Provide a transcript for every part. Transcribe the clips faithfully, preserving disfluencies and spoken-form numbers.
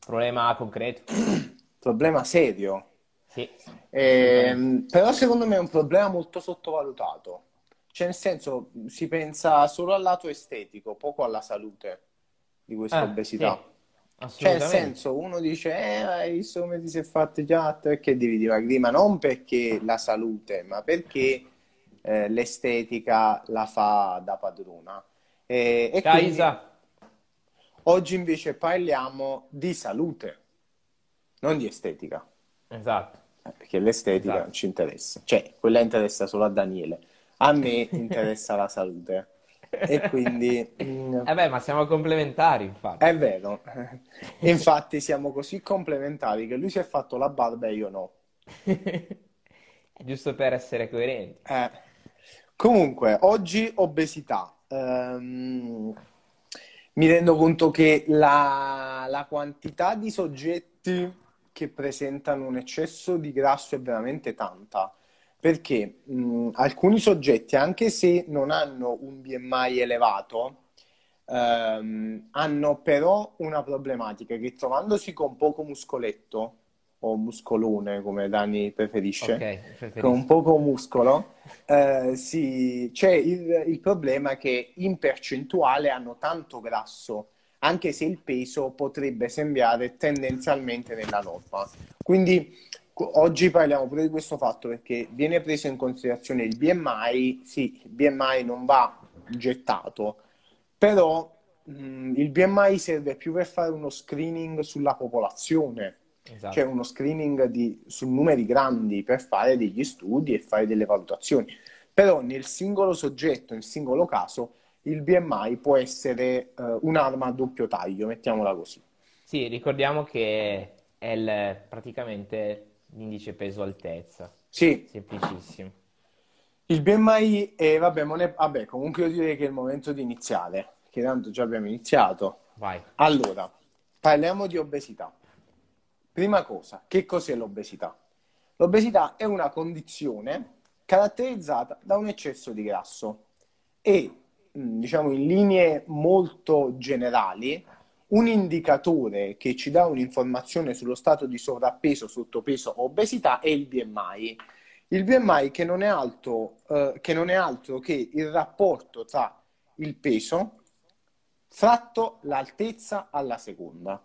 Problema concreto. Problema serio. Sì, assolutamente. Ehm, però secondo me è un problema molto sottovalutato. Cioè, nel senso, si pensa solo al lato estetico, poco alla salute di questa Eh, sì, obesità. Cioè, nel assolutamente. senso, uno dice, eh, hai visto come ti sei fatto già, perché devi dimagrire? Ma non perché la salute, ma perché eh, l'estetica la fa da padrona. E, e Ciao quindi Isa. oggi invece parliamo di salute, non di estetica. Esatto, Eh, perché l'estetica non esatto. ci interessa, cioè quella interessa solo a Daniele, a me interessa la salute e quindi mm, Eh beh, ma siamo complementari, è infatti. vero. Infatti siamo così complementari che lui si è fatto la barba e io no. Giusto per essere coerenti. Eh, Comunque, oggi obesità. Ehm, mi rendo conto che la, la quantità di soggetti che presentano un eccesso di grasso è veramente tanta, perché mh, alcuni soggetti, anche se non hanno un B M I elevato, ehm, hanno però una problematica che trovandosi con poco muscoletto, o muscolone, come Dani Ok, preferisce, con preferisco. poco muscolo, eh, si- c'è il, il problema che in percentuale hanno tanto grasso, anche se il peso potrebbe sembrare tendenzialmente nella norma. Quindi co- oggi parliamo pure di questo fatto perché viene preso in considerazione il B M I, sì, il B M I non va gettato, però mh, il B M I serve più per fare uno screening sulla popolazione, cioè Esatto. uno screening di, su numeri grandi per fare degli studi e fare delle valutazioni. Però nel singolo soggetto, nel singolo caso, il B M I può essere eh, un'arma a doppio taglio, mettiamola così. Sì, ricordiamo che è il- praticamente l'indice peso-altezza. Sì, Semplicissimo. il B M I è, vabbè, non è- vabbè, comunque io direi che è il momento di iniziare, che tanto già abbiamo iniziato. Vai. Allora, parliamo di obesità. Prima cosa, che cos'è l'obesità? L'obesità è una condizione caratterizzata da un eccesso di grasso e, mh, diciamo in linee molto generali, un indicatore che ci dà un'informazione sullo stato di sovrappeso, sottopeso o obesità è il B M I. Il B M I che non è altro, eh, che non è altro che il rapporto tra il peso fratto l'altezza alla seconda.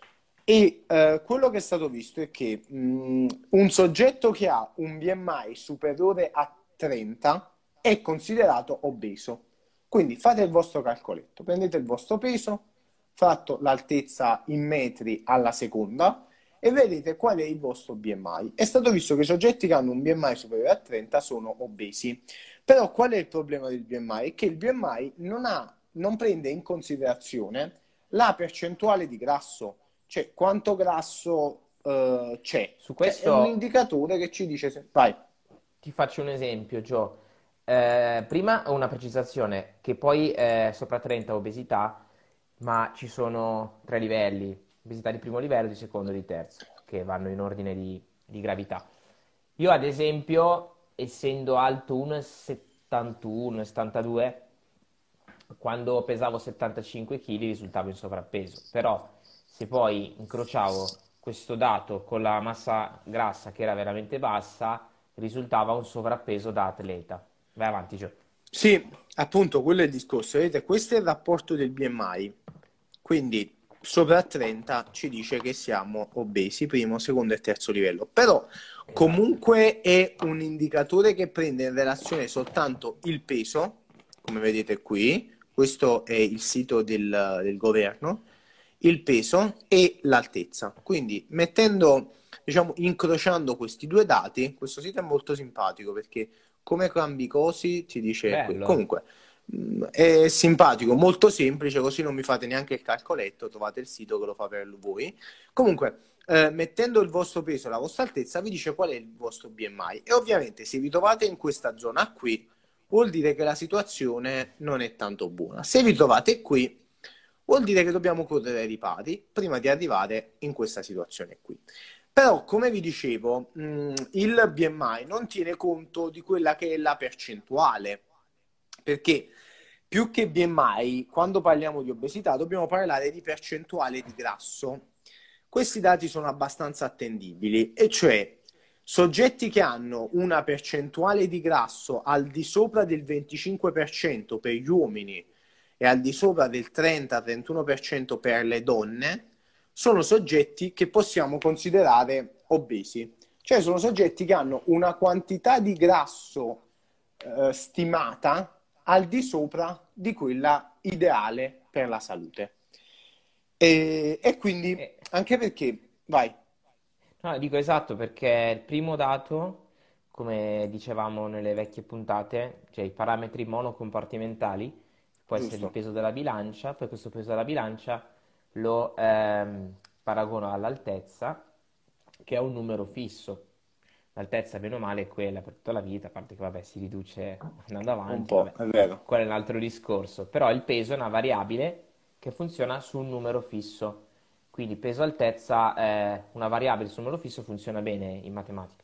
E eh, quello che è stato visto è che mh, un soggetto che ha un B M I superiore a trenta è considerato obeso. Quindi fate il vostro calcoletto, prendete il vostro peso, fratto l'altezza in metri alla seconda e vedete qual è il vostro B M I. È stato visto che i soggetti che hanno un B M I superiore a trenta sono obesi. Però qual è il problema del B M I? È che il B M I non ha, non prende in considerazione la percentuale di grasso, cioè quanto grasso eh, c'è. Su Cioè, è un questo indicatore che ci dice se... Vai. ti faccio un esempio, Gio. Eh, prima una precisazione, che poi è sopra trenta obesità, ma ci sono tre livelli, obesità di primo livello, di secondo e di terzo, che vanno in ordine di, di gravità. Io ad esempio, essendo alto uno virgola settantuno, uno virgola settantadue, quando pesavo settantacinque chili risultavo in sovrappeso, però se poi incrociavo questo dato con la massa grassa che era veramente bassa, risultava un sovrappeso da atleta. Vai avanti, Gio. Sì, appunto, quello è il discorso. Vedete, questo è il rapporto del B M I. Quindi sopra trenta ci dice che siamo obesi, primo, secondo e terzo livello. Però Esatto. comunque è un indicatore che prende in relazione soltanto il peso, come vedete qui, questo è il sito del, del governo, il peso e l'altezza. Quindi mettendo, diciamo, incrociando questi due dati, questo sito è molto simpatico perché come cambi cosi ti dice qui. Bello, eh? Comunque, mh, è simpatico, molto semplice, così non mi fate neanche il calcoletto, trovate il sito che lo fa per voi. Comunque, eh, mettendo il vostro peso e la vostra altezza, vi dice qual è il vostro B M I. E ovviamente se vi trovate in questa zona qui, vuol dire che la situazione non è tanto buona. Se vi trovate qui, vuol dire che dobbiamo correre ai ripari prima di arrivare in questa situazione qui. Però, come vi dicevo, mh, il B M I non tiene conto di quella che è la percentuale, perché più che B M I, quando parliamo di obesità, dobbiamo parlare di percentuale di grasso. questi dati sono abbastanza attendibili, e cioè soggetti che hanno una percentuale di grasso al di sopra del venticinque per cento per gli uomini e al di sopra del trenta trentuno per cento per le donne, sono soggetti che possiamo considerare obesi. Cioè sono soggetti che hanno una quantità di grasso eh, stimata al di sopra di quella ideale per la salute. E, e quindi, Eh, anche perché, vai, no, dico esatto perché il primo dato, come dicevamo nelle vecchie puntate, cioè i parametri monocompartimentali, può essere il giusto, peso della bilancia, poi questo peso della bilancia lo ehm, paragono all'altezza, che è un numero fisso. L'altezza, bene o male, è quella per tutta la vita, a parte che vabbè, si riduce andando un avanti, po', vabbè, è vero, quello è un altro discorso. Però il peso è una variabile che funziona su un numero fisso. Quindi peso altezza, eh, una variabile sul numero fisso funziona bene in matematica.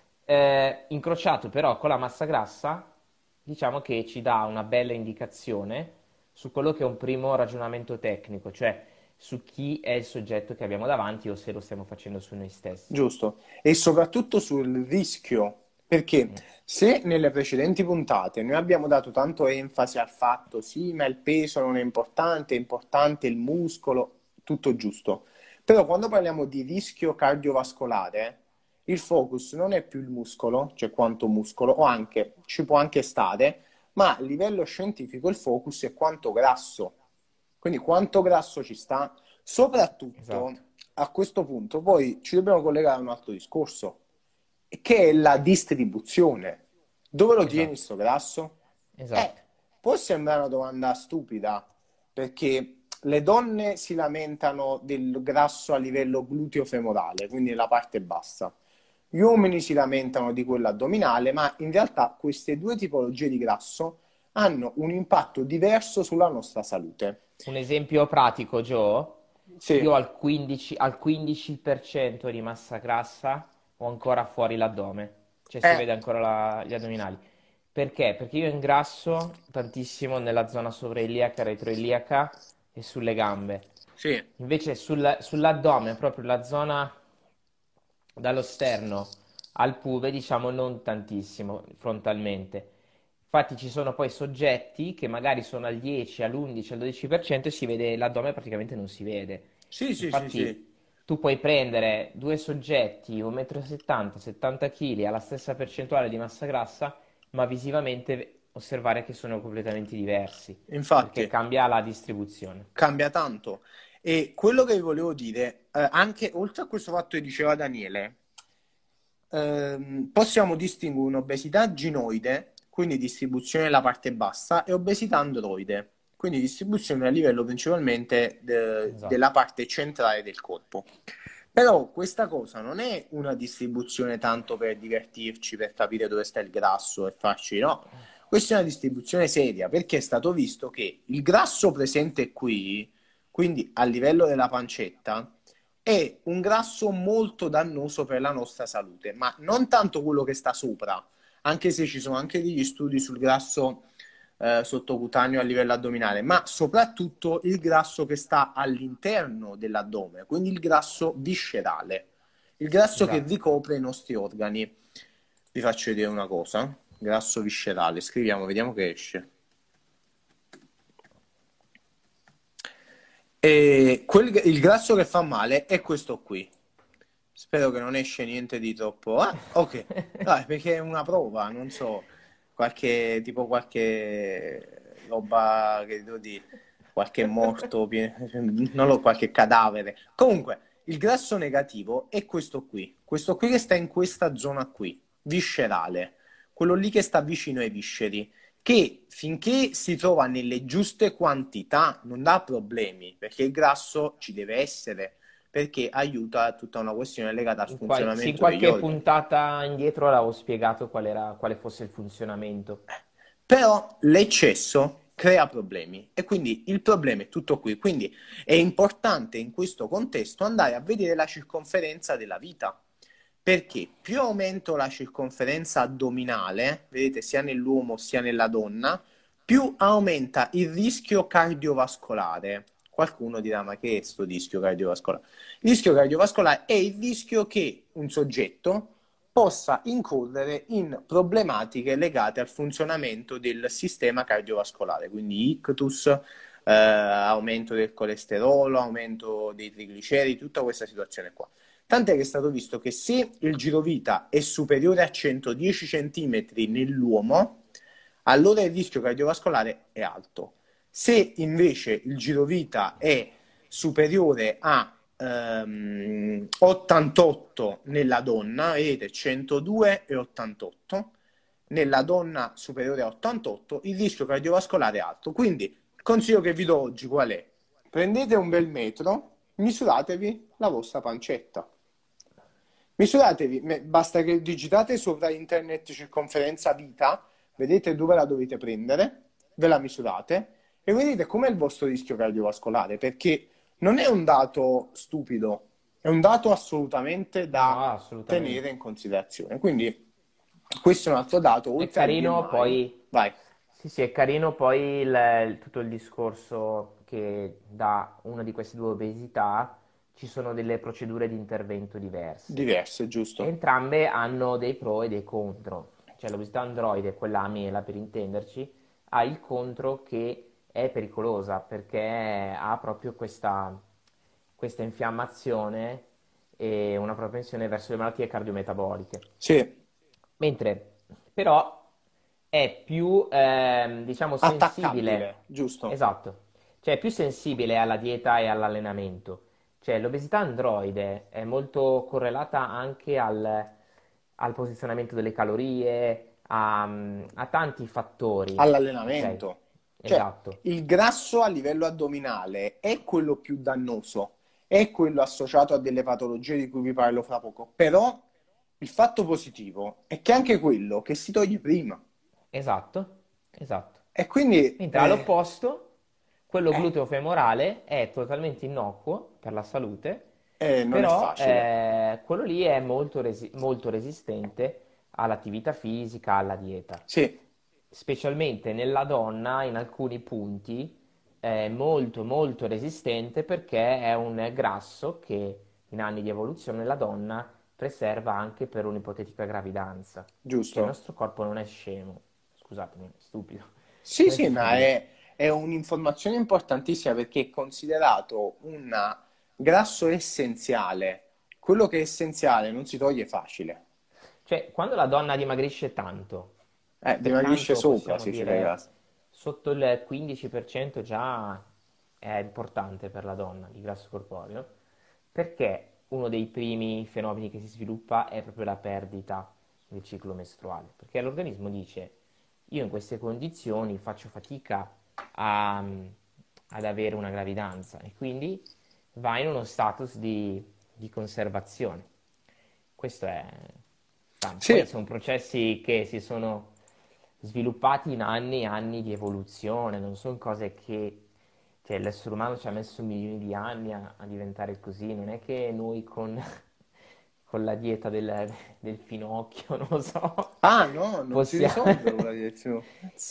Eh, incrociato però con la massa grassa, diciamo che ci dà una bella indicazione su quello che è un primo ragionamento tecnico, cioè su chi è il soggetto che abbiamo davanti o se lo stiamo facendo su noi stessi. giusto. E soprattutto sul rischio, perché Mm, se nelle precedenti puntate noi abbiamo dato tanto enfasi al fatto, sì, ma il peso non è importante, è importante il muscolo, tutto giusto. Però quando parliamo di rischio cardiovascolare, il focus non è più il muscolo, cioè quanto muscolo, o anche, ci può anche stare, ma a livello scientifico il focus è quanto grasso. Quindi quanto grasso ci sta, esatto, soprattutto a questo punto, poi ci dobbiamo collegare a un altro discorso, che è la distribuzione. Dove lo tieni esatto, sto grasso? Eh, esatto, può sembrare una domanda stupida, perché le donne si lamentano del grasso a livello gluteo-femorale, quindi nella parte bassa. Gli uomini si lamentano di quello addominale, ma in realtà queste due tipologie di grasso hanno un impatto diverso sulla nostra salute. un esempio pratico, Joe. Sì, Io al quindici, al quindici per cento di massa grassa ho ancora fuori l'addome, cioè si eh, vede ancora la- gli addominali. Perché? Perché io ingrasso tantissimo nella zona sovrailiaca, retroiliaca e sulle gambe. sì, Invece sul- sull'addome, proprio la zona dallo sterno al pube, diciamo non tantissimo frontalmente. Infatti ci sono poi soggetti che magari sono al dieci, all'undici, al dodici per cento e si vede l'addome praticamente non si vede. sì, sì, sì, Infatti sì, tu puoi prendere due soggetti, uno virgola settanta m, settanta chili, alla stessa percentuale di massa grassa, ma visivamente osservare che sono completamente diversi, perché infatti cambia la distribuzione. cambia tanto. E quello che vi volevo dire, eh, anche oltre a questo fatto che diceva Daniele, ehm, possiamo distinguere un'obesità ginoide, quindi distribuzione nella parte bassa, e obesità androide, quindi distribuzione a livello principalmente de- della Esatto, parte centrale del corpo. Però questa cosa non è una distribuzione tanto per divertirci, per capire dove sta il grasso e farci, no. Questa è una distribuzione seria perché è stato visto che il grasso presente qui, quindi a livello della pancetta, è un grasso molto dannoso per la nostra salute, ma non tanto quello che sta sopra, anche se ci sono anche degli studi sul grasso eh, sottocutaneo a livello addominale, ma soprattutto il grasso che sta all'interno dell'addome, quindi il grasso viscerale, il grasso che esatto. ricopre i nostri organi. Vi faccio vedere una cosa, grasso viscerale, scriviamo, vediamo che esce. E quel- il grasso che fa male è questo qui. Spero che non esce niente di troppo. Ah, ok. Dai, perché è una prova, non so, qualche tipo qualche roba che devo dire, qualche morto, pie- non lo qualche cadavere. Comunque, il grasso negativo è questo qui, questo qui che sta in questa zona qui, viscerale, quello lì che sta vicino ai visceri, che finché si trova nelle giuste quantità non dà problemi, perché il grasso ci deve essere, perché aiuta tutta una questione legata al In qual- sì, in funzionamento degli qualche organi. puntata indietro l'avevo spiegato qual era, quale fosse il funzionamento. Però l'eccesso crea problemi e quindi il problema è tutto qui. Quindi è importante in questo contesto andare a vedere la circonferenza della vita, perché più aumento la circonferenza addominale, vedete sia nell'uomo sia nella donna, più aumenta il rischio cardiovascolare. Qualcuno dirà, ma che è sto rischio cardiovascolare? Il rischio cardiovascolare è il rischio che un soggetto possa incorrere in problematiche legate al funzionamento del sistema cardiovascolare, quindi ictus, eh, aumento del colesterolo, aumento dei trigliceridi, tutta questa situazione qua. Tant'è che è stato visto che se il girovita è superiore a centodieci centimetri nell'uomo, allora il rischio cardiovascolare è alto. Se invece il girovita è superiore a ehm, ottantotto nella donna, vedete centodue e ottantotto, nella donna superiore a ottantotto il rischio cardiovascolare è alto. Quindi il consiglio che vi do oggi qual è? Prendete un bel metro, misuratevi la vostra pancetta. Misuratevi, basta che digitate sopra internet circonferenza vita, vedete dove la dovete prendere, ve la misurate e vedete com'è il vostro rischio cardiovascolare, perché non è un dato stupido, è un dato assolutamente da No, assolutamente. tenere in considerazione. Quindi questo è un altro dato. È Oltre al carino B M I, poi, vai. sì, sì, è carino poi il- il- tutto il discorso che da una di queste due obesità ci sono delle procedure di intervento diverse. Diverse, giusto? Entrambe hanno dei pro e dei contro. Cioè l'obesità androide, quella a mela per intenderci, ha il contro che è pericolosa perché ha proprio questa, questa infiammazione e una propensione verso le malattie cardiometaboliche. Sì, Mentre però è più, ehm, diciamo, sensibile, attaccabile, giusto? esatto, cioè è più sensibile alla dieta e all'allenamento. Cioè l'obesità androide è molto correlata anche al, al posizionamento delle calorie, a, a tanti fattori, ok? All'allenamento. Cioè, Esatto, il grasso a livello addominale è quello più dannoso, è quello associato a delle patologie di cui vi parlo fra poco, però il fatto positivo è che anche quello che si toglie prima. esatto, esatto. E quindi Mentre eh, all'opposto, quello eh, gluteo-femorale è totalmente innocuo per la salute, eh, non è però facile. eh, quello lì è molto, resi- molto resistente all'attività fisica, alla dieta. Sì, Specialmente nella donna, in alcuni punti, è molto, molto resistente perché è un grasso che in anni di evoluzione la donna preserva anche per un'ipotetica gravidanza. Cioè il giusto. nostro corpo non è scemo, scusatemi, è stupido, Sì, non è sì, ma stupido. è, è un'informazione importantissima perché è considerato un grasso essenziale. Quello che è essenziale non si toglie facile. Cioè, quando la donna dimagrisce tanto, Eh, per dimagrisce tanto sopra, possiamo si dice fai dire caso. sotto il quindici per cento già è importante per la donna di grasso corporeo, perché uno dei primi fenomeni che si sviluppa è proprio la perdita del ciclo mestruale, perché l'organismo dice, io in queste condizioni faccio fatica a- ad avere una gravidanza e quindi va in uno status di, di conservazione. Questo è tanto. Poi Sì, sono processi che si sono sviluppati in anni e anni di evoluzione, non sono cose che cioè, l'essere umano ci ha messo milioni di anni a, a diventare così, non è che noi con, con la dieta del, del finocchio, non lo so, ah no, non si possiamo... risolve con la direzione.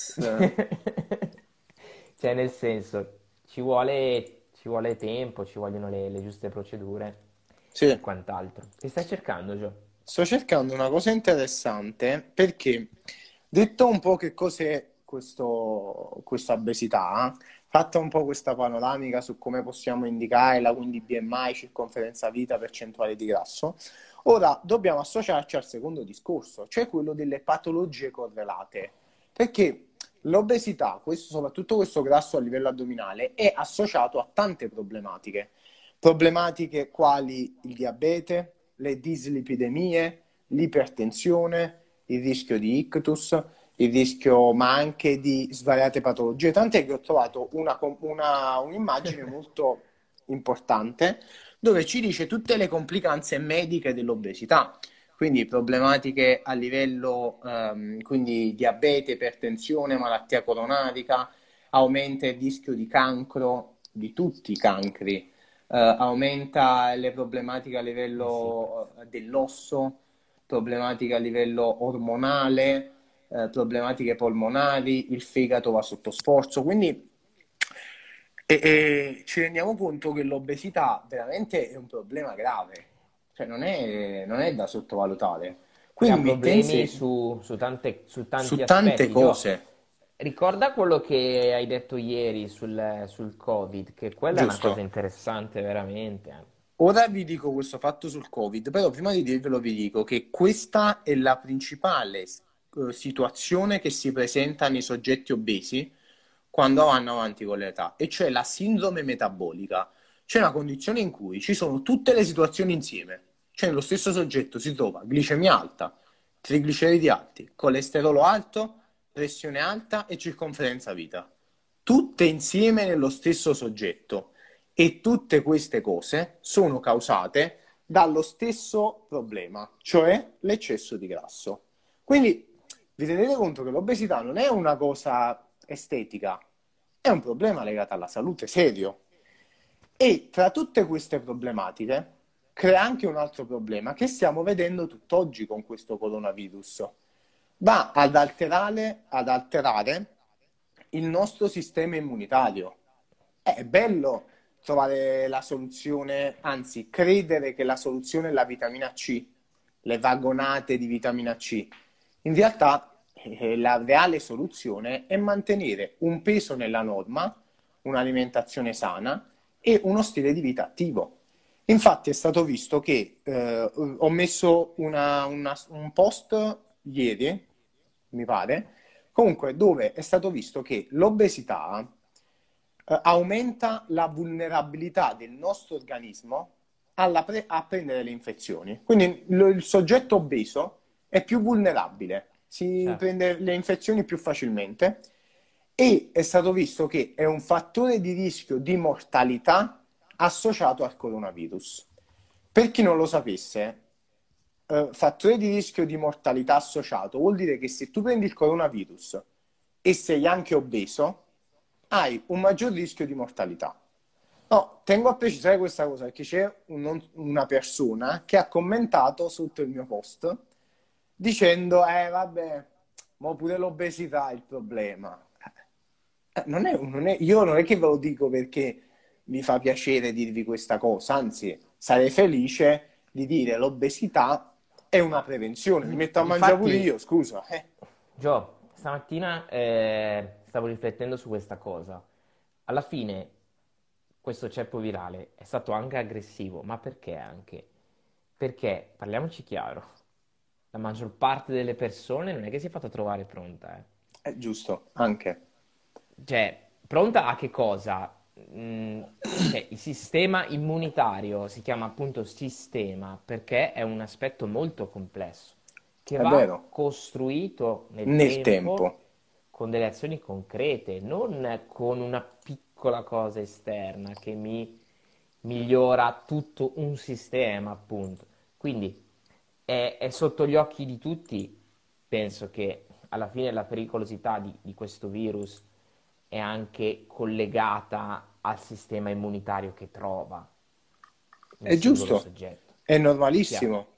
Cioè, nel senso, ci vuole, ci vuole tempo, ci vogliono le, le giuste procedure e Sì, quant'altro. Che stai cercando, Gio? sto cercando una cosa interessante perché, detto un po' che cos'è questo, questa obesità, fatta un po' questa panoramica su come possiamo indicarla, quindi B M I, circonferenza vita, percentuale di grasso, ora dobbiamo associarci al secondo discorso, cioè quello delle patologie correlate. Perché l'obesità, questo, soprattutto questo grasso a livello addominale, è associato a tante problematiche. Problematiche quali il diabete, le dislipidemie, l'ipertensione, il rischio di ictus, il rischio ma anche di svariate patologie. Tant'è che ho trovato una, una, un'immagine molto importante dove ci dice tutte le complicanze mediche dell'obesità. Quindi problematiche a livello, ehm, quindi diabete, ipertensione, malattia coronaria, aumenta il rischio di cancro, di tutti i cancri, eh, aumenta le problematiche a Eh sì. livello eh, dell'osso, problematiche a livello ormonale, eh, problematiche polmonari, il fegato va sotto sforzo. Quindi E, e ci rendiamo conto che l'obesità veramente è un problema grave, cioè non è, non è da sottovalutare. E ha Quindi mette in problemi sé su, su tante- su tanti su tante aspetti. Gio, cose, ricorda quello che hai detto ieri sul, sul Covid, che quella è una cosa giusto? interessante veramente. Ora vi dico questo fatto sul Covid, però prima di dirvelo vi dico che questa è la principale eh, situazione che si presenta nei soggetti obesi quando vanno avanti con l'età, e cioè la sindrome metabolica. C'è una condizione in cui ci sono tutte le situazioni insieme, cioè nello stesso soggetto si trova glicemia alta, trigliceridi alti, colesterolo alto, pressione alta e circonferenza vita, tutte insieme nello stesso soggetto. E tutte queste cose sono causate dallo stesso problema, cioè l'eccesso di grasso. Quindi vi rendete conto che l'obesità non è una cosa estetica, è un problema legato alla salute serio. E tra tutte queste problematiche crea anche un altro problema che stiamo vedendo tutt'oggi con questo coronavirus. Va ad alterare, ad alterare il nostro sistema immunitario. È bello trovare la soluzione, anzi, credere che la soluzione è la vitamina C, le vagonate di vitamina C. In realtà, eh, la reale soluzione è mantenere un peso nella norma, un'alimentazione sana e uno stile di vita attivo. Infatti è stato visto che eh, ho messo una- una- un post ieri, mi pare, comunque dove è stato visto che l'obesità eh, aumenta la vulnerabilità del nostro organismo alla pre- a prendere le infezioni. Quindi lo- il soggetto obeso è più vulnerabile, si Certo. prende le infezioni più facilmente, e è stato visto che è un fattore di rischio di mortalità associato al coronavirus. Per chi non lo sapesse, eh, fattore di rischio di mortalità associato vuol dire che se tu prendi il coronavirus e sei anche obeso, hai un maggior rischio di mortalità. No, tengo a precisare questa cosa perché c'è un- una persona che ha commentato sotto il mio post dicendo, eh vabbè, ma pure l'obesità è il problema. Eh, non è, non è- io non è che ve lo dico perché mi fa piacere dirvi questa cosa, anzi, sarei felice di dire l'obesità è una prevenzione. Mi metto a mangiare pure Infatti, io, scusa. Eh. Gio, stamattina eh, stavo riflettendo su questa cosa. Alla fine, questo ceppo virale è stato anche aggressivo, ma perché anche? Perché, parliamoci chiaro, la maggior parte delle persone non è che si è fatta trovare pronta, eh. È giusto, anche. Cioè, pronta a che cosa? Mm, cioè, il sistema immunitario si chiama appunto sistema perché è un aspetto molto complesso che È va vero, costruito nel nel tempo tempo. con delle azioni concrete, non con una piccola cosa esterna che mi migliora tutto un sistema, appunto. Quindi è, è sotto gli occhi di tutti, penso che alla fine la pericolosità di, di questo virus è anche collegata al sistema immunitario che trova nel È singolo giusto, soggetto. è Chiaro? normalissimo.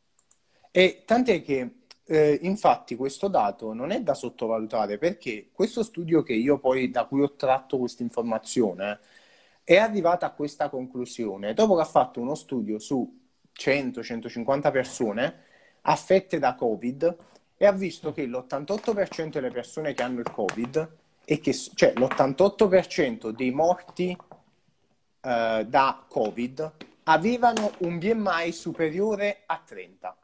E tant'è che, eh, infatti, questo dato non è da sottovalutare perché questo studio che io poi da cui ho tratto questa informazione è arrivata a questa conclusione dopo che ha fatto uno studio su cento centocinquanta persone affette da Covid e ha visto che l'ottantotto per cento delle persone che hanno il Covid e che, cioè l'ottantotto per cento dei morti eh, da Covid avevano un B M I superiore a trenta.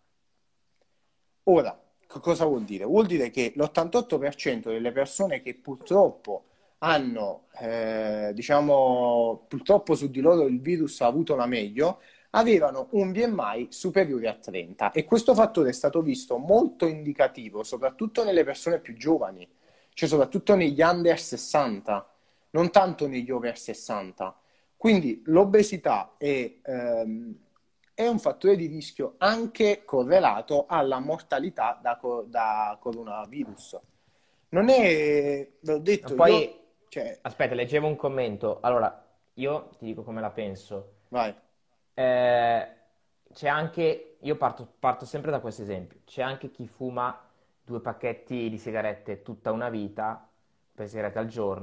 Ora, co- cosa vuol dire? Vuol dire che l'ottantotto per cento delle persone che purtroppo hanno, eh, diciamo, purtroppo su di loro il virus ha avuto la meglio, avevano un B M I superiore a trenta, e questo fattore è stato visto molto indicativo soprattutto nelle persone più giovani, cioè soprattutto negli under sessanta, non tanto negli over sessanta. Quindi l'obesità è, ehm, è un fattore di rischio anche correlato alla mortalità da, co- da coronavirus. Non è, ve l'ho Ma detto, io, poi, cioè, aspetta, leggevo un commento. Allora, io ti dico come la penso. vai, Eh, c'è anche, io parto, parto sempre da questo esempio, c'è anche chi fuma due pacchetti di sigarette tutta una vita, per sigarette al giorno,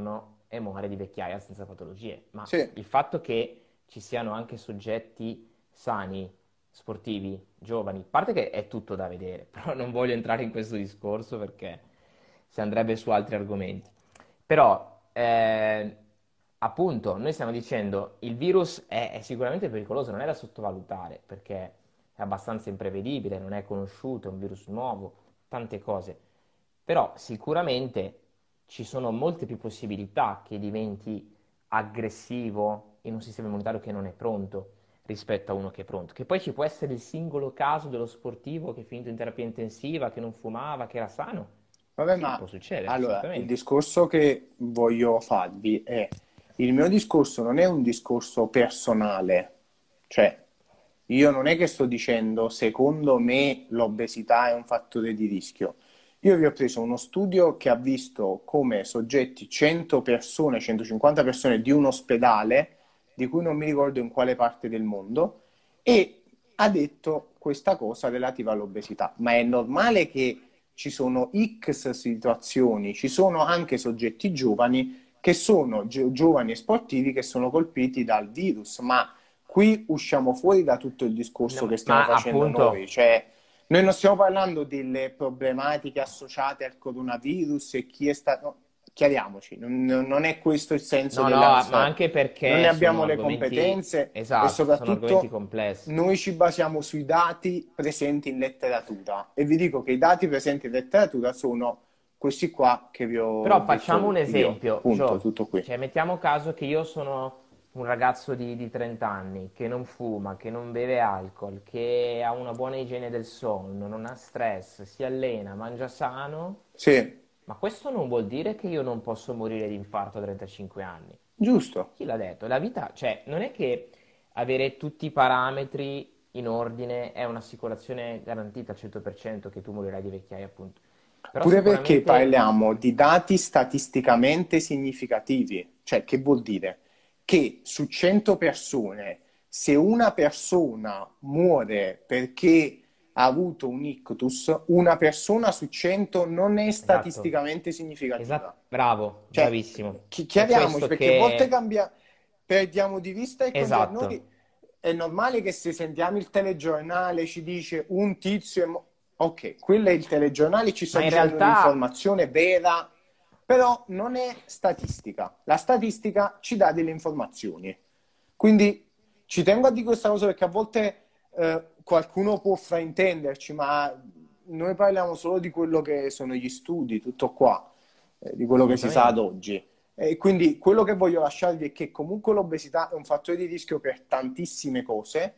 e muore di vecchiaia senza patologie. Ma Sì, il fatto che ci siano anche soggetti sani, sportivi, giovani, a parte che è tutto da vedere, però non voglio entrare in questo discorso perché si andrebbe su altri argomenti. Però, eh, appunto, noi stiamo dicendo il virus è, è sicuramente pericoloso, non è da sottovalutare perché è abbastanza imprevedibile, non è conosciuto, è un virus nuovo, tante cose. Però sicuramente ci sono molte più possibilità che diventi aggressivo in un sistema immunitario che non è pronto rispetto a uno che è pronto. Che poi ci può essere il singolo caso dello sportivo che è finito in terapia intensiva, che non fumava, che era sano. vabbè, Sì, ma può succedere, allora il assolutamente. discorso che voglio farvi è, il mio discorso non è un discorso personale, cioè io non è che sto dicendo secondo me l'obesità è un fattore di rischio. Io vi ho preso uno studio che ha visto come soggetti cento persone, centocinquanta persone di un ospedale, di cui non mi ricordo in quale parte del mondo, e ha detto questa cosa relativa all'obesità. Ma è normale che ci sono X situazioni, ci sono anche soggetti giovani che sono gio- giovani e sportivi che sono colpiti dal virus, ma qui usciamo fuori da tutto il No, discorso ma, che stiamo ma facendo noi, appunto, cioè noi non stiamo parlando delle problematiche associate al coronavirus e chi è stato... no, chiariamoci, non, non è questo il senso no, no, della ma nostra... anche Non ne perché sono abbiamo le argomenti, competenze e esatto, sono argomenti soprattutto complessi. noi ci basiamo sui dati presenti in letteratura e vi dico che i dati presenti in letteratura sono questi qua che vi ho Però facciamo detto un io. esempio, Punto, Gio, tutto qui. cioè mettiamo caso che io sono un ragazzo di, di trenta anni che non fuma, che non beve alcol, che ha una buona igiene del sonno, non ha stress, si allena, mangia sano, Sì, ma questo non vuol dire che io non posso morire di infarto a trentacinque anni. giusto. Chi l'ha detto? La vita, cioè, non è che avere tutti i parametri in ordine è un'assicurazione garantita al cento per cento che tu morirai di vecchiaia, appunto. Però Pure perché sicuramente, parliamo di dati statisticamente significativi, cioè che vuol dire? Che su cento persone, se una persona muore perché ha avuto un ictus, una persona su cento non è esatto, statisticamente significativa. esatto, bravo, Cioè, bravissimo. chi- È chiariamoci, questo perché a volte che... cambia, perdiamo di vista il concetto. Esatto. Noi è normale che se sentiamo il telegiornale ci dice un tizio è mo- ok, quello è il telegiornale, ci sta Ma in dicendo realtà, un'informazione vera, però non è statistica. La statistica ci dà delle informazioni. Quindi ci tengo a dire questa cosa perché a volte eh, qualcuno può fraintenderci, ma noi parliamo solo di quello che sono gli studi, tutto qua, eh, di quello che si sa ad assolutamente, oggi. E quindi quello che voglio lasciarvi è che comunque l'obesità è un fattore di rischio per tantissime cose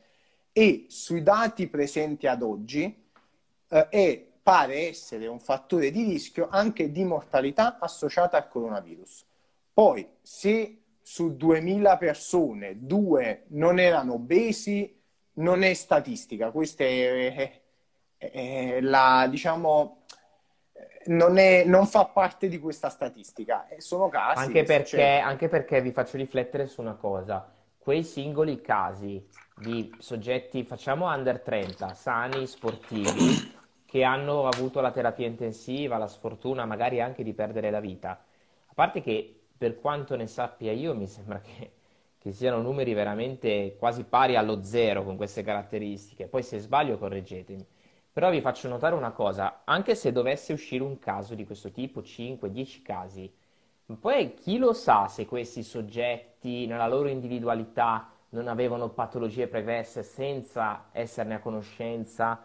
e sui dati presenti ad oggi eh, è, pare essere un fattore di rischio anche di mortalità associata al coronavirus. Poi, se su duemila persone due non erano obesi, non è statistica, questa è, è- è la, diciamo, non, è- non fa parte di questa statistica. E sono casi anche che perché, succedono. anche perché vi faccio riflettere su una cosa. Quei singoli casi di soggetti, facciamo under trenta, sani, sportivi, che hanno avuto la terapia intensiva, la sfortuna magari anche di perdere la vita. A parte che, per quanto ne sappia io, mi sembra che, che siano numeri veramente quasi pari allo zero con queste caratteristiche. Poi se sbaglio correggetemi. Però vi faccio notare una cosa, anche se dovesse uscire un caso di questo tipo, cinque dieci casi, poi chi lo sa se questi soggetti nella loro individualità non avevano patologie pregresse senza esserne a conoscenza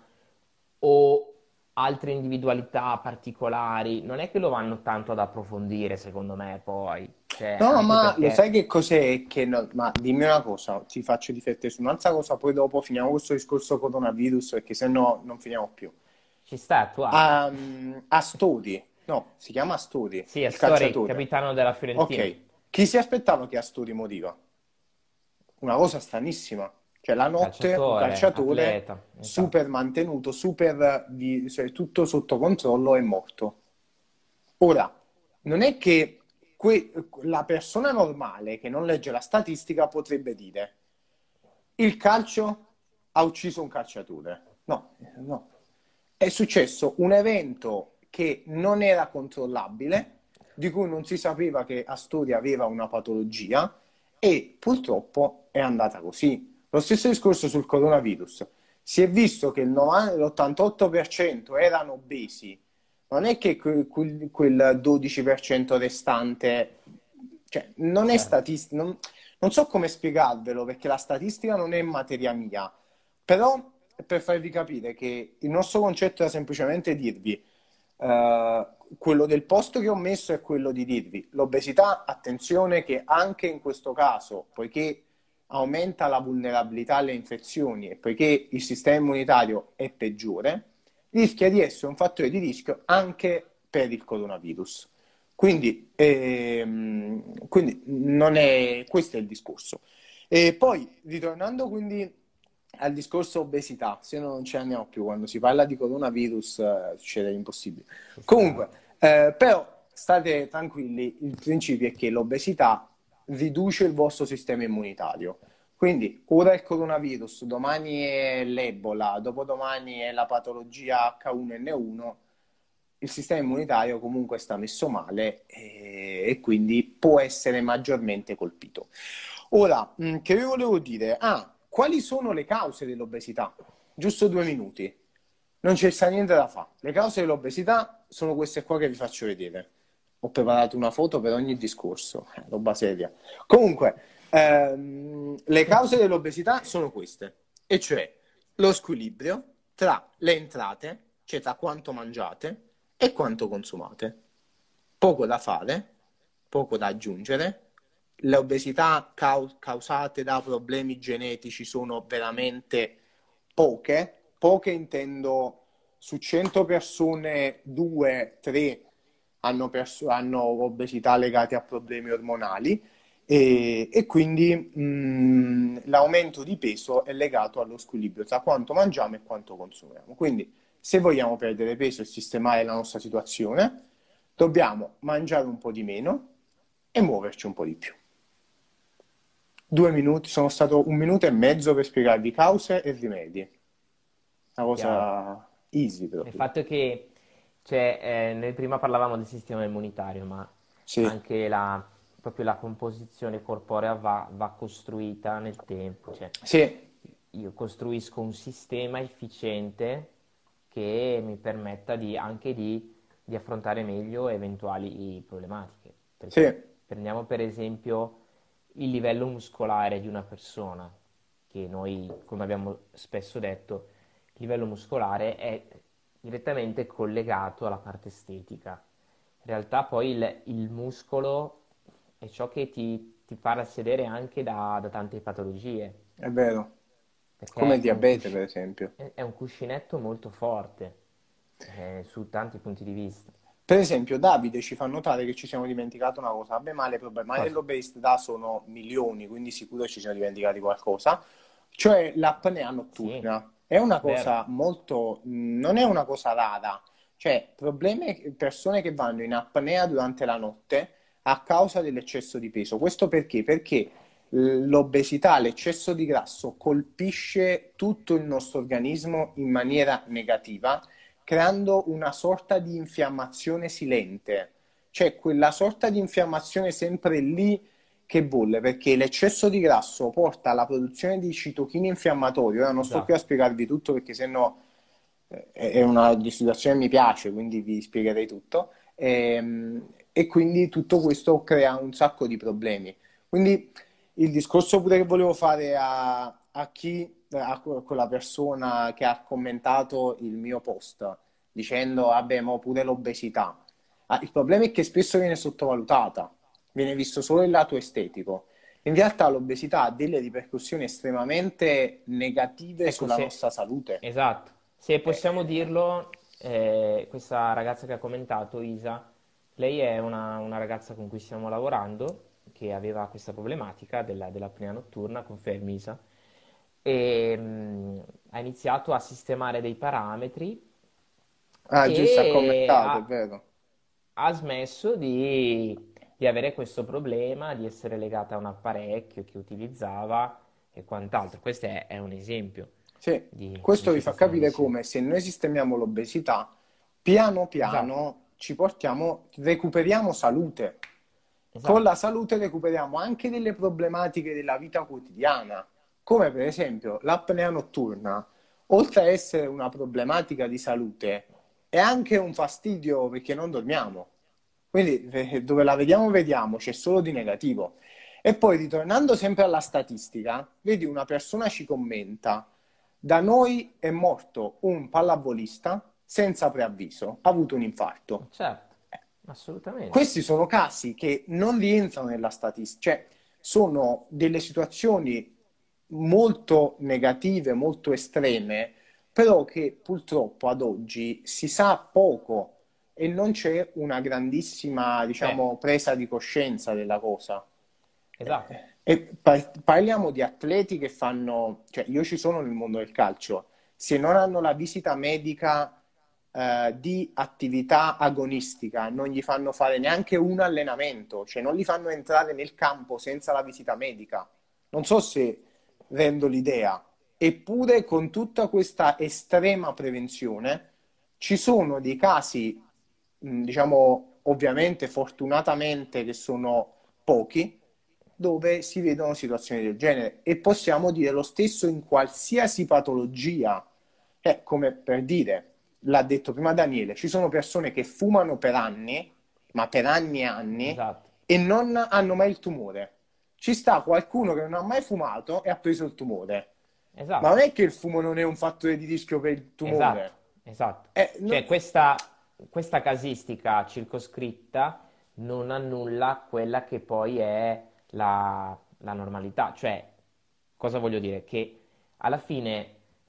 o altre individualità particolari, non è che lo vanno tanto ad approfondire, secondo me, poi, cioè, No, anche ma lo sai perché che cos'è? Che no- ma dimmi una cosa, ti faccio riflettere su un'altra cosa, poi dopo finiamo questo discorso coronavirus perché se no non finiamo più. ci sta attuale. A, a Stodi, no, si chiama Astori, Sì, è il Story, calciatore. capitano della Fiorentina. Ok, chi si aspettava che Astori moriva? Una cosa stranissima. Cioè la notte un Calciatore, calciatore atleta, esatto. super mantenuto, super di- cioè, tutto sotto controllo è morto. Ora, non è che que- la persona normale che non legge la statistica potrebbe dire il calcio ha ucciso un calciatore. No, no. È successo un evento che non era controllabile di cui non si sapeva che Astoria aveva una patologia e purtroppo è andata così. Lo stesso discorso sul coronavirus. Si è visto che il novanta l'ottantotto per cento erano obesi, non è che quel, quel- quel dodici per cento restante, cioè non è Certo. statistica, non, non so come spiegarvelo perché la statistica non è materia mia, però per farvi capire che il nostro concetto era semplicemente dirvi eh, quello del posto che ho messo è quello di dirvi l'obesità, attenzione che anche in questo caso, poiché aumenta la vulnerabilità alle infezioni e poiché il sistema immunitario è peggiore, rischia di essere un fattore di rischio anche per il coronavirus. Quindi, ehm, quindi non è, questo è il discorso. E poi, ritornando quindi al discorso obesità, se no non ce ne andiamo più, quando si parla di coronavirus eh, succede l'impossibile. Comunque, Esatto. eh, però state tranquilli, il principio è che l'obesità riduce il vostro sistema immunitario. Quindi, ora il coronavirus, domani è l'Ebola, dopodomani è la patologia acca uno enne uno, il sistema immunitario comunque sta messo male e, e quindi può essere maggiormente colpito. Ora, mh, che vi volevo dire? Ah, quali sono le cause dell'obesità? Giusto due minuti. Non c'è sta niente da fare. Le cause dell'obesità sono queste qua che vi faccio vedere. Ho preparato una foto per ogni discorso, eh, roba seria. Comunque, ehm, le cause dell'obesità sono queste, e cioè lo squilibrio tra le entrate, cioè tra quanto mangiate, e quanto consumate. Poco da fare, poco da aggiungere. Le obesità cau- causate da problemi genetici sono veramente poche. Poche intendo su cento persone, due, tre hanno, perso- hanno obesità legate a problemi ormonali e, e quindi mh, l'aumento di peso è legato allo squilibrio tra quanto mangiamo e quanto consumiamo. Quindi se vogliamo perdere peso e sistemare la nostra situazione, dobbiamo mangiare un po' di meno e muoverci un po' di più. Due minuti, sono stato un minuto e mezzo per spiegarvi cause e rimedi. Una Chiaro. cosa easy Il proprio. fatto è che, cioè, eh, noi prima parlavamo del sistema immunitario, ma Sì, anche la, proprio la composizione corporea va, va costruita nel tempo. Cioè, sì, io costruisco un sistema efficiente che mi permetta di, anche di, di affrontare meglio eventuali problematiche. sì, Perché prendiamo per esempio il livello muscolare di una persona, che noi, come abbiamo spesso detto, il livello muscolare è direttamente collegato alla parte estetica. In realtà poi il, il muscolo è ciò che ti, ti fa sedere anche da, da tante patologie, è vero. Come perché il è un, diabete, cusci- per esempio. è- è un cuscinetto molto forte eh, su tanti punti di vista. Per esempio, Davide ci fa notare che ci siamo dimenticati una cosa. Vabbè, ma le problematiche Cosa? dell'obesità sono milioni, quindi sicuro ci siamo dimenticati qualcosa. Cioè l'apnea Sì, notturna. È una vero. cosa molto... non è una cosa rara. Cioè, problemi, persone che vanno in apnea durante la notte a causa dell'eccesso di peso. Questo perché? Perché l'obesità, l'eccesso di grasso colpisce tutto il nostro organismo in maniera negativa creando una sorta di infiammazione silente, cioè quella sorta di infiammazione sempre lì che bolle, perché l'eccesso di grasso porta alla produzione di citochine infiammatorie. Ora non sto qui a Esatto. spiegarvi tutto perché sennò eh, è una di situazione che mi piace, quindi vi spiegherei tutto. E, e quindi tutto questo crea un sacco di problemi. Quindi il discorso pure che volevo fare a, a chi, a quella persona che ha commentato il mio post dicendo, vabbè, ma pure l'obesità. Ah, il problema è che spesso viene sottovalutata, viene visto solo il lato estetico. In realtà l'obesità ha delle ripercussioni estremamente negative Ecco, sulla se, nostra salute. esatto, se possiamo Eh, dirlo, eh, questa ragazza che ha commentato, Isa, lei è una, una ragazza con cui stiamo lavorando, che aveva questa problematica della, dell'apnea notturna, confermi Isa, e mh, ha iniziato a sistemare dei parametri ah, giusto, ha e commentato, è ha, vero. ha smesso di, di avere questo problema, di essere legata a un apparecchio che utilizzava e quant'altro. Questo è, è un esempio Sì, di, di questo vi ciò che fa stiamo capire dicendo. come se noi sistemiamo l'obesità, piano Esatto, piano ci portiamo, recuperiamo salute. Con Esatto, la salute recuperiamo anche delle problematiche della vita quotidiana, come per esempio l'apnea notturna, oltre a essere una problematica di salute, è anche un fastidio perché non dormiamo. Quindi eh, dove la vediamo, vediamo, c'è solo di negativo. E poi ritornando sempre alla statistica, vedi una persona ci commenta, da noi è morto un pallavolista senza preavviso, ha avuto un infarto. certo, assolutamente. Questi sono casi che non rientrano nella statistica, cioè sono delle situazioni molto negative, molto estreme, però che purtroppo ad oggi si sa poco e non c'è una grandissima, Eh, diciamo, presa di coscienza della cosa. esatto, E par- parliamo di atleti che fanno, cioè io ci sono nel mondo del calcio, se non hanno la visita medica eh, di attività agonistica, non gli fanno fare neanche un allenamento, cioè non li fanno entrare nel campo senza la visita medica. Non so se rendo l'idea. Eppure con tutta questa estrema prevenzione ci sono dei casi, mh, diciamo, ovviamente, fortunatamente, che sono pochi, dove si vedono situazioni del genere. E possiamo dire lo stesso in qualsiasi patologia. È come per dire, l'ha detto prima Daniele, ci sono persone che fumano per anni, ma per anni e anni, esatto, e non hanno mai il tumore. Ci sta qualcuno che non ha mai fumato e ha preso il tumore. Ma non esatto. è che il fumo non è un fattore di rischio per il Esatto, tumore. esatto. Eh, no- Cioè questa, questa casistica circoscritta non annulla quella che poi è la, la normalità. Cioè, cosa voglio dire? Che alla fine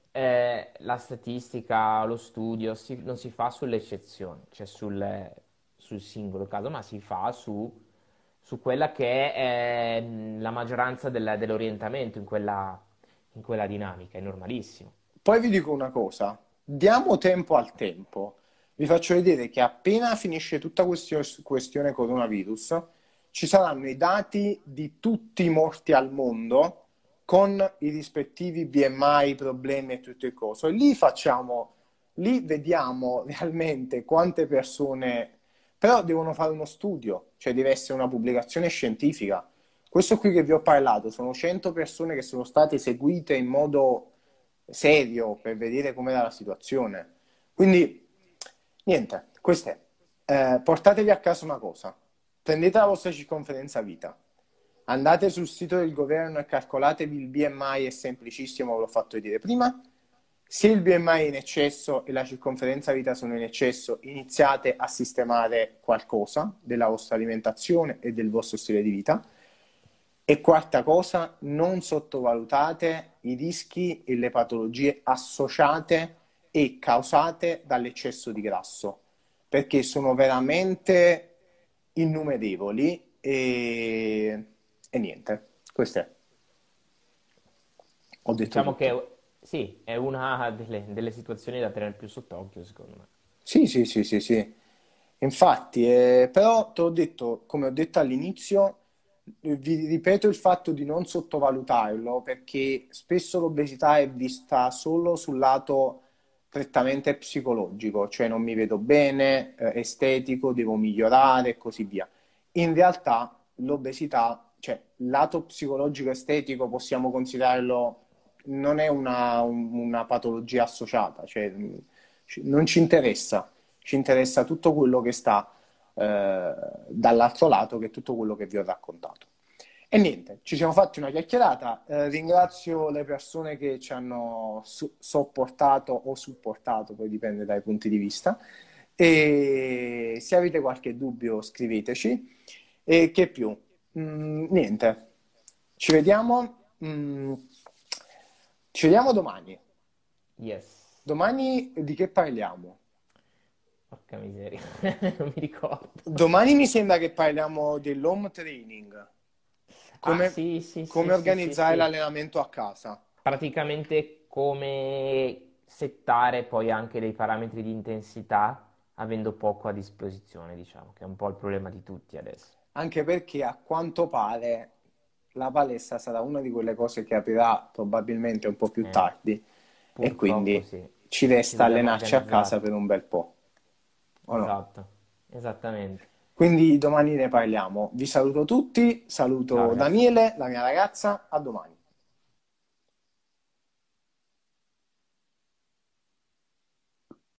eh, la statistica, lo studio si- non si fa sulle eccezioni, cioè sul, sul singolo caso, ma si fa su, su quella che è eh, la maggioranza del- dell'orientamento in quella, in quella dinamica. È normalissimo. Poi vi dico una cosa, diamo tempo al tempo. Vi faccio vedere che appena finisce tutta questa questione coronavirus, ci saranno i dati di tutti i morti al mondo con i rispettivi B M I, problemi e tutto il coso. E lì facciamo, lì vediamo realmente quante persone, però devono fare uno studio, cioè deve essere una pubblicazione scientifica. Questo qui che vi ho parlato sono cento persone che sono state seguite in modo serio per vedere com'era la situazione. Quindi, niente, questo è. Eh, portatevi a casa una cosa. Prendete la vostra circonferenza vita. Andate sul sito del governo e calcolatevi il B M I, è semplicissimo, ve l'ho fatto vedere prima. Se il B M I è in eccesso e la circonferenza vita sono in eccesso, iniziate a sistemare qualcosa della vostra alimentazione e del vostro stile di vita. E quarta cosa, non sottovalutate i rischi e le patologie associate e causate dall'eccesso di grasso, perché sono veramente innumerevoli e, e niente, questo è. Ho detto Diciamo tutto. che sì, è una delle, delle situazioni da tenere più sott'occhio, secondo me. Sì, sì, sì, sì, sì. Infatti, eh, però te l'ho detto, come ho detto all'inizio, eh, vi ripeto il fatto di non sottovalutarlo perché spesso l'obesità è vista solo sul lato prettamente psicologico, cioè non mi vedo bene, eh, estetico, devo migliorare e così via. In realtà l'obesità, cioè il lato psicologico estetico possiamo considerarlo, non è una, un- una patologia associata, cioè mh, ci- non ci interessa, ci interessa tutto quello che sta eh, dall'altro lato, che è tutto quello che vi ho raccontato. E niente, ci siamo fatti una chiacchierata. Eh, ringrazio le persone che ci hanno su- sopportato o supportato, poi dipende dai punti di vista. E se avete qualche dubbio, scriveteci. E che più? Mm, niente, ci vediamo. mm, ci vediamo domani. Yes, Domani di che parliamo? porca miseria, non mi ricordo. Domani mi sembra che parliamo dell'home training, Ah, come, sì, sì, sì, come sì, sì, organizzare sì. l'allenamento a casa. Praticamente come settare poi anche dei parametri di intensità avendo poco a disposizione, diciamo, che è un po' il problema di tutti adesso. Anche perché a quanto pare la palestra sarà una di quelle cose che aprirà probabilmente un po' più Eh, tardi e purtroppo quindi sì. ci Ci resta dobbiamo allenarci a casa organizzare. per un bel po', o no? Esatto. Esattamente. Quindi domani ne parliamo. Vi saluto tutti, saluto Ciao ragazzi. Daniele, la mia ragazza, a domani.